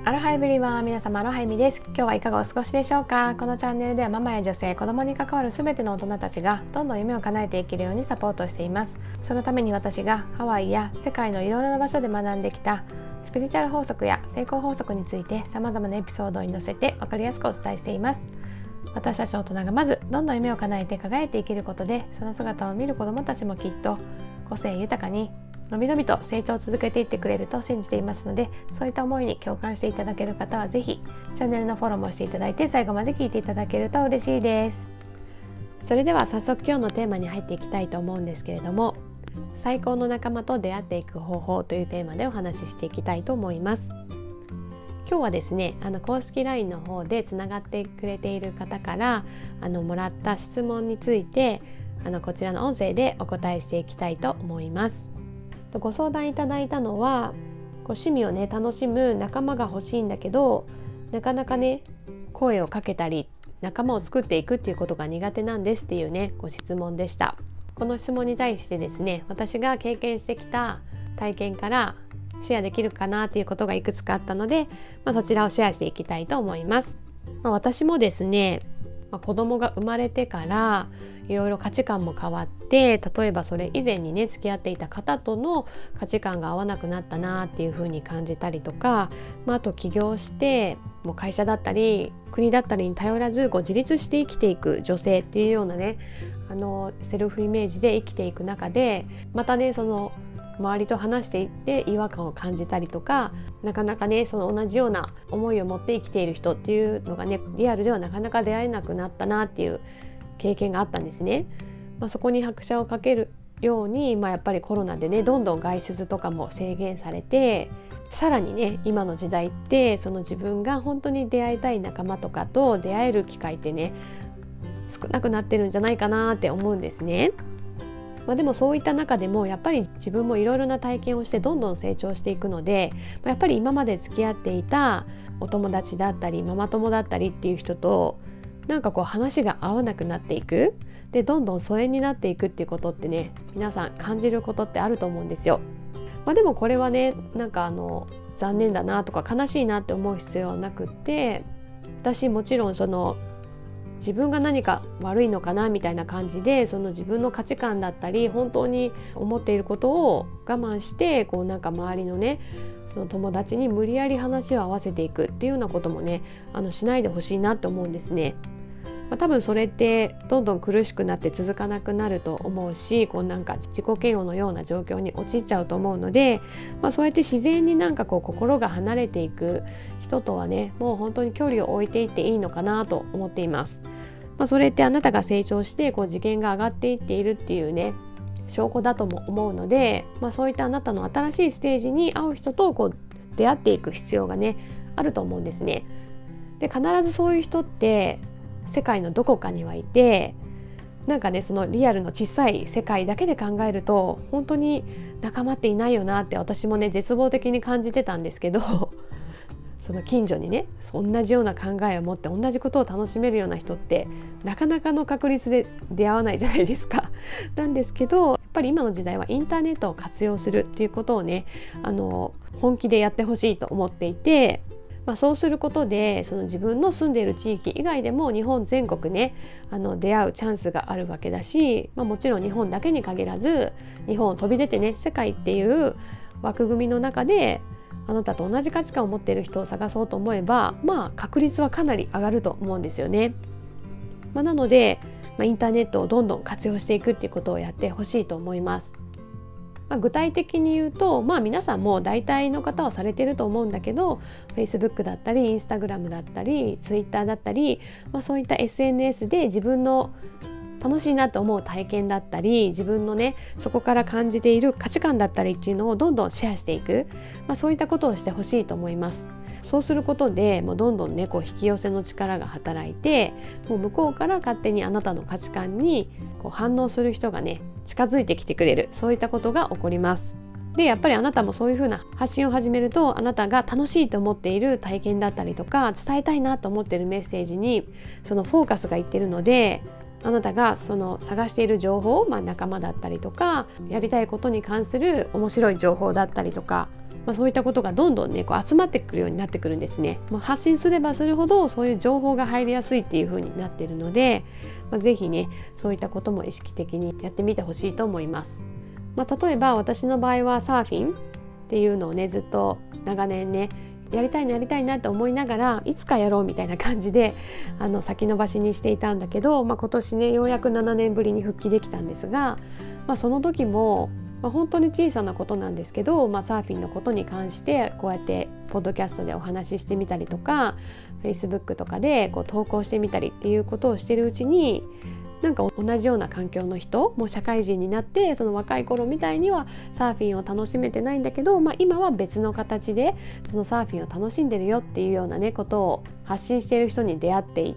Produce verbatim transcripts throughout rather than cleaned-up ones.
アロハエブリワン、皆様アロハエミです。今日はいかがお過ごしでしょうか。このチャンネルではママや女性、子供に関わるすべての大人たちがどんどん夢を叶えていけるようにサポートしています。そのために私がハワイや世界のいろいろな場所で学んできたスピリチュアル法則や成功法則について様々なエピソードに載せて分かりやすくお伝えしています。私たち大人がまずどんどん夢を叶えて輝いていけることで、その姿を見る子供たちもきっと個性豊かにのびのびと成長を続けていってくれると信じていますので、そういった思いに共感していただける方はぜひチャンネルのフォローもしていただいて、最後まで聞いていただけると嬉しいです。それでは早速今日のテーマに入っていきたいと思うんですけれども、最高の仲間と出会っていく方法というテーマでお話ししていきたいと思います。今日はですね、あの公式 ライン の方でつながってくれている方からあのもらった質問についてあのこちらの音声でお答えしていきたいと思います。ご相談いただいたのは、こう趣味をね楽しむ仲間が欲しいんだけど、なかなかね声をかけたり仲間を作っていくっていうことが苦手なんですっていうねご質問でした。この質問に対してですね、私が経験してきた体験からシェアできるかなっていうことがいくつかあったので、まあ、そちらをシェアしていきたいと思います。まあ、私もですね、まあ、子供が生まれてからいろいろ価値観も変わって、例えばそれ以前にね付き合っていた方との価値観が合わなくなったなっていう風に感じたりとか、まあ、あと起業してもう会社だったり国だったりに頼らずこう自立して生きていく女性っていうようなねあのセルフイメージで生きていく中で、またねその周りと話していって違和感を感じたりとか、なかなかねその同じような思いを持って生きている人っていうのがねリアルではなかなか出会えなくなったなっていう経験があったんですね。まあ、そこに拍車をかけるように、まあ、やっぱりコロナでねどんどん外出とかも制限されて、さらにね今の時代ってその自分が本当に出会いたい仲間とかと出会える機会ってね少なくなってるんじゃないかなって思うんですね。まあ、でもそういった中でもやっぱり自分もいろいろな体験をしてどんどん成長していくので、やっぱり今まで付き合っていたお友達だったりママ友だったりっていう人となんかこう話が合わなくなっていく、でどんどん疎遠になっていくっていうことってね皆さん感じることってあると思うんですよ。まあ、でもこれはねなんかあの残念だなとか悲しいなって思う必要はなくって、私もちろんその自分が何か悪いのかなみたいな感じで、その自分の価値観だったり本当に思っていることを我慢してこうなんか周りのねその友達に無理やり話を合わせていくっていうようなこともねあのしないでほしいなって思うんですね。まあ、多分それってどんどん苦しくなって続かなくなると思うし、こうなんか自己嫌悪のような状況に陥っちゃうと思うので、まあ、そうやって自然になんかこう心が離れていく人とはねもう本当に距離を置いていっていいのかなと思っています。まあ、それってあなたが成長してこう次元が上がっていっているっていうね証拠だとも思うので、まあ、そういったあなたの新しいステージに合う人とこう出会っていく必要がねあると思うんですね。で必ずそういう人って世界のどこかにはいて、なんかねそのリアルの小さい世界だけで考えると本当に仲間っていないよなって私もね絶望的に感じてたんですけどその近所にね同じような考えを持って同じことを楽しめるような人ってなかなかの確率で出会わないじゃないですか。なんですけどやっぱり今の時代はインターネットを活用するっていうことをねあの本気でやってほしいと思っていて、まあ、そうすることでその自分の住んでいる地域以外でも日本全国ねあの出会うチャンスがあるわけだし、まあ、もちろん日本だけに限らず日本を飛び出てね世界っていう枠組みの中であなたと同じ価値観を持っている人を探そうと思えば、まあ確率はかなり上がると思うんですよね。まあ、なので、まあ、インターネットをどんどん活用していくっていうことをやってほしいと思います。まあ、具体的に言うと、まあ、皆さんも大体の方はされてると思うんだけど Facebook だったり Instagram だったり Twitter だったり、まあ、そういった エスエヌエス で自分の楽しいなと思う体験だったり自分のねそこから感じている価値観だったりっていうのをどんどんシェアしていく、まあ、そういったことをしてほしいと思います。そうすることでもうどんどんねこう引き寄せの力が働いて、もう向こうから勝手にあなたの価値観にこう反応する人がね近づいてきてくれる、そういったことが起こります。でやっぱりあなたもそういう風な発信を始めると、あなたが楽しいと思っている体験だったりとか伝えたいなと思っているメッセージにそのフォーカスがいってるので、あなたがその探している情報、まあ、仲間だったりとかやりたいことに関する面白い情報だったりとかまあ、そういったことがどんどんねこう集まってくるようになってくるんですね。もう発信すればするほどそういう情報が入りやすいっていう風になっているので、まあ、ぜひねそういったことも意識的にやってみてほしいと思います。まあ、例えば私の場合はサーフィンっていうのをねずっと長年ねやりたいなやりたいなって思いながらいつかやろうみたいな感じであの先延ばしにしていたんだけど、まあ、今年ねようやくななねんぶりに復帰できたんですが、まあ、その時も、まあ、本当に小さなことなんですけど、まあ、サーフィンのことに関してこうやってポッドキャストでお話ししてみたりとか Facebook とかでこう投稿してみたりっていうことをしてるうちに、なんか同じような環境の人もう社会人になってその若い頃みたいにはサーフィンを楽しめてないんだけど、まあ、今は別の形でそのサーフィンを楽しんでるよっていうようなねことを発信している人に出会っていって、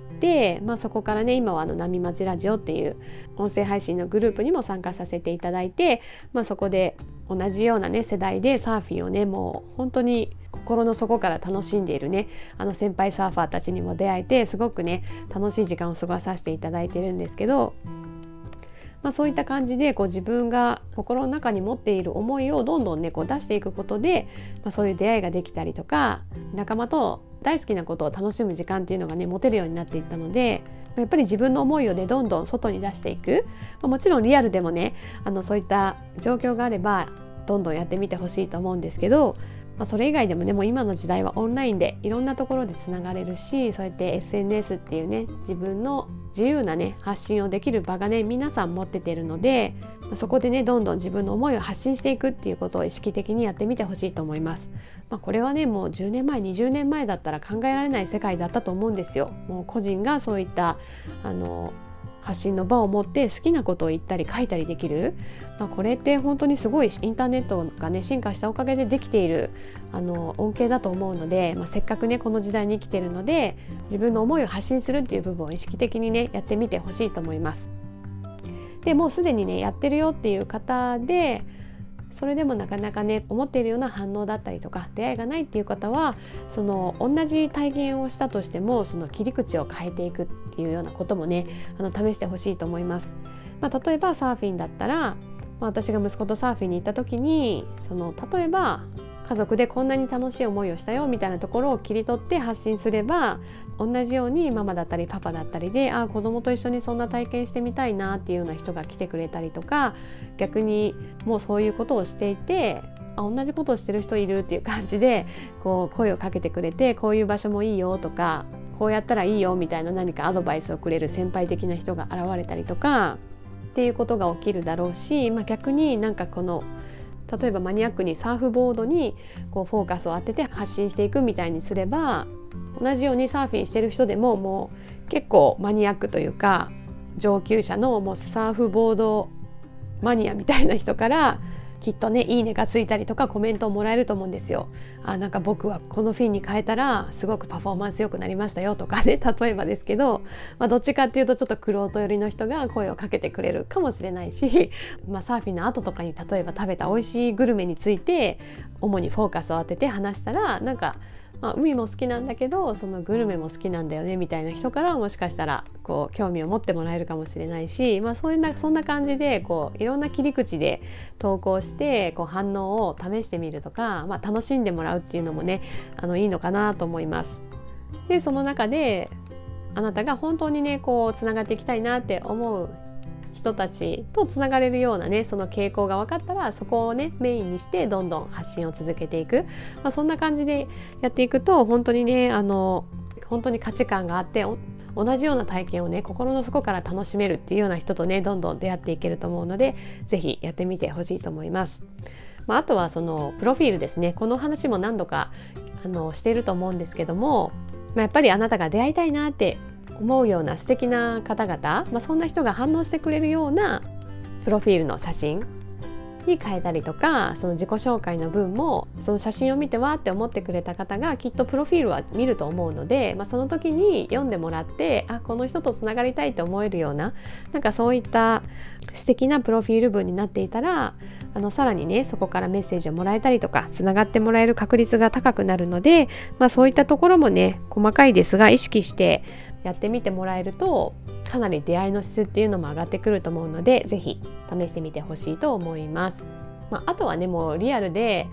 まあ、そこからね今はあの波町ラジオっていう音声配信のグループにも参加させていただいて、まあ、そこで同じようなね世代でサーフィンをねもう本当に心の底から楽しんでいるねあの先輩サーファーたちにも出会えてすごくね楽しい時間を過ごさせていただいてるんですけど、まあ、そういった感じでこう自分が心の中に持っている思いをどんどんねこう出していくことで、まあ、そういう出会いができたりとか仲間と大好きなことを楽しむ時間っていうのがね持てるようになっていったので、やっぱり自分の思いをねどんどん外に出していく、まあ、もちろんリアルでもねあのそういった状況があればどんどんやってみてほしいと思うんですけど、まあ、それ以外でもねもう今の時代はオンラインでいろんなところでつながれるし、そうやって エスエヌエス っていうね自分の自由なね発信をできる場がね皆さん持っててるので、まあ、そこでねどんどん自分の思いを発信していくっていうことを意識的にやってみてほしいと思います。まあ、これはねもうじゅうねんまえにじゅうねんまえだったら考えられない世界だったと思うんですよ。もう個人がそういったあの発信の場を持って好きなことを言ったり書いたりできる、まあ、これって本当にすごいインターネットがね進化したおかげでできているあの恩恵だと思うので、まあ、せっかくねこの時代に生きているので自分の思いを発信するっていう部分を意識的にねやってみてほしいと思います。でもうすでにねやってるよっていう方でそれでもなかなかね思っているような反応だったりとか出会いがないっていう方はその同じ体験をしたとしてもその切り口を変えていくっていうようなこともねあの試してほしいと思います。まあ、例えばサーフィンだったら、まあ、私が息子とサーフィンに行った時にその例えば家族でこんなに楽しい思いをしたよみたいなところを切り取って発信すれば同じようにママだったりパパだったりであ子供と一緒にそんな体験してみたいなっていうような人が来てくれたりとか、逆にもうそういうことをしていてあ同じことをしてる人いるっていう感じでこう声をかけてくれてこういう場所もいいよとかこうやったらいいよみたいな何かアドバイスをくれる先輩的な人が現れたりとかっていうことが起きるだろうし、まあ、逆になんかこの例えばマニアックにサーフボードにこうフォーカスを当てて発信していくみたいにすれば同じようにサーフィンしてる人でももう結構マニアックというか上級者のもうサーフボードマニアみたいな人からきっとねいいねがついたりとかコメントをもらえると思うんですよ。あなんか僕はこのフィンに変えたらすごくパフォーマンス良くなりましたよとかね例えばですけど、まあ、どっちかっていうとちょっと玄人寄りの人が声をかけてくれるかもしれないし、まあ、サーフィンの後とかに例えば食べた美味しいグルメについて主にフォーカスを当てて話したらなんかまあ、海も好きなんだけどそのグルメも好きなんだよねみたいな人からもしかしたらこう興味を持ってもらえるかもしれないし、まあ、そういうなそんな感じでこういろんな切り口で投稿してこう反応を試してみるとか、まあ、楽しんでもらうっていうのもねあのいいのかなと思います。でその中であなたが本当にねこうつながっていきたいなって思う人たちとつながれるようなねその傾向が分かったらそこをねメインにしてどんどん発信を続けていく、まあ、そんな感じでやっていくと本当にねあの本当に価値観があって同じような体験をね心の底から楽しめるっていうような人とねどんどん出会っていけると思うのでぜひやってみてほしいと思います。まあ、あとはそのプロフィールですね。この話も何度かあのしていると思うんですけども、まあ、やっぱりあなたが出会いたいなって思うような素敵な方々、まあ、そんな人が反応してくれるようなプロフィールの写真に変えたりとかその自己紹介の文もその写真を見てわーって思ってくれた方がきっとプロフィールは見ると思うので、まあ、その時に読んでもらってあこの人とつながりたいと思えるようななんかそういった素敵なプロフィール文になっていたらあのさらにねそこからメッセージをもらえたりとかつながってもらえる確率が高くなるので、まあ、そういったところもね細かいですが意識してやってみてもらえるとかなり出会いの質っていうのも上がってくると思うのでぜひ試してみてほしいと思います。まあ、あとはねもうリアルで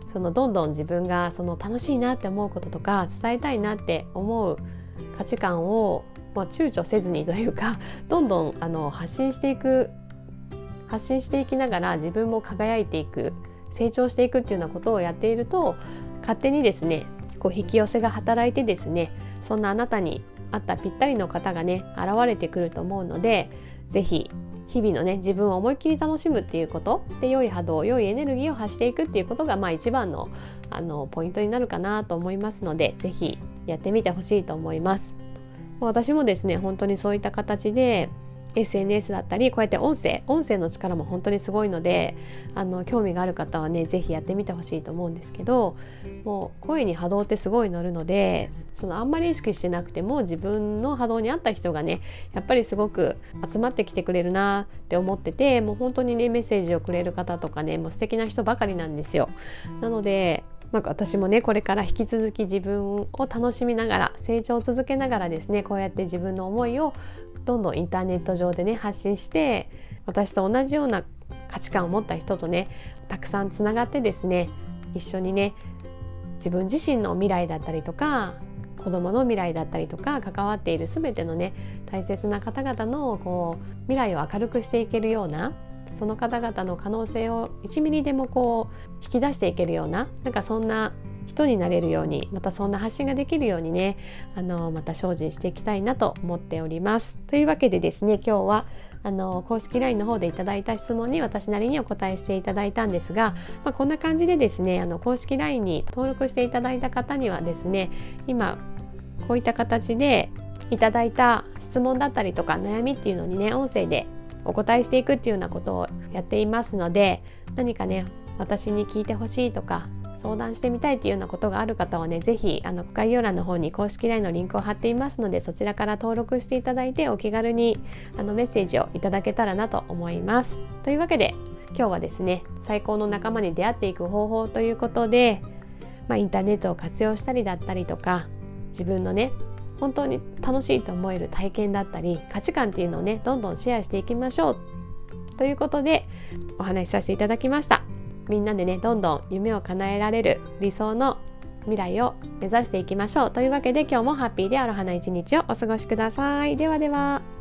そのどんどん自分がその楽しいなって思うこととか伝えたいなって思う価値観を、まあ、躊躇せずにというかどんどんあの発信していく発信していきながら自分も輝いていく、成長していくっていうようなことをやっていると、勝手にですねこう引き寄せが働いてですね、そんなあなたに合ったぴったりの方がね現れてくると思うので、ぜひ日々のね自分を思いっきり楽しむっていうことで、良い波動、良いエネルギーを発していくっていうことがまあ一番のあのポイントになるかなと思いますので、ぜひやってみてほしいと思います。私もですね本当にそういった形でエスエヌエス だったり、こうやって音声音声の力も本当にすごいので、あの興味がある方はねぜひやってみてほしいと思うんですけど、もう声に波動ってすごい乗るので、そのあんまり意識してなくても自分の波動に合った人がねやっぱりすごく集まってきてくれるなって思ってて、もう本当にねメッセージをくれる方とかねもう素敵な人ばかりなんですよ。なのでなんか私もねこれから引き続き自分を楽しみながら成長を続けながらですね、こうやって自分の思いをどんどんインターネット上でね発信して、私と同じような価値観を持った人とねたくさんつながってですね、一緒にね自分自身の未来だったりとか子供の未来だったりとか関わっている全てのね大切な方々のこう未来を明るくしていけるような、その方々の可能性をいちミリでもこう引き出していけるような、なんかそんな人になれるように、またそんな発信ができるようにねあのまた精進していきたいなと思っております。というわけでですね、今日はあの公式 ライン の方でいただいた質問に私なりにお答えしていただいたんですが、まあ、こんな感じでですねあの公式 ライン に登録していただいた方にはですね、今こういった形でいただいた質問だったりとか悩みっていうのにね音声でお答えしていくっていうようなことをやっていますので、何かね私に聞いてほしいとか相談してみたいっていうようなことがある方はね、ぜひあの概要欄の方に公式 ライン のリンクを貼っていますので、そちらから登録していただいてお気軽にあのメッセージをいただけたらなと思います。というわけで今日はですね、最高の仲間に出会っていく方法ということで、まあ、インターネットを活用したりだったりとか、自分のね本当に楽しいと思える体験だったり価値観っていうのをねどんどんシェアしていきましょうということでお話しさせていただきました。みんなでねどんどん夢を叶えられる理想の未来を目指していきましょうというわけで、今日もハッピーでアロハな一日をお過ごしください。ではでは。